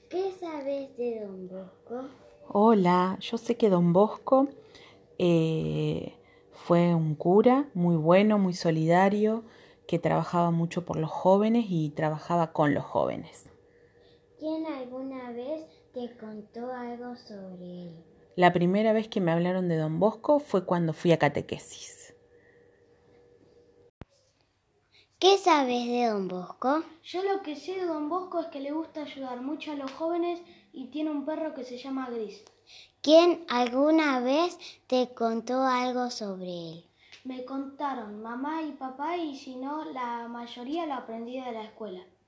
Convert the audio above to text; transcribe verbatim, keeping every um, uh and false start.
¿Qué sabes de Don Bosco? Hola, yo sé que Don Bosco eh, fue un cura muy bueno, muy solidario, que trabajaba mucho por los jóvenes y trabajaba con los jóvenes. ¿Quién alguna vez te contó algo sobre él? La primera vez que me hablaron de Don Bosco fue cuando fui a catequesis. ¿Qué sabes de Don Bosco? Yo lo que sé de Don Bosco es que le gusta ayudar mucho a los jóvenes y tiene un perro que se llama Gris. ¿Quién alguna vez te contó algo sobre él? Me contaron mamá y papá y si no, la mayoría lo aprendí de la escuela.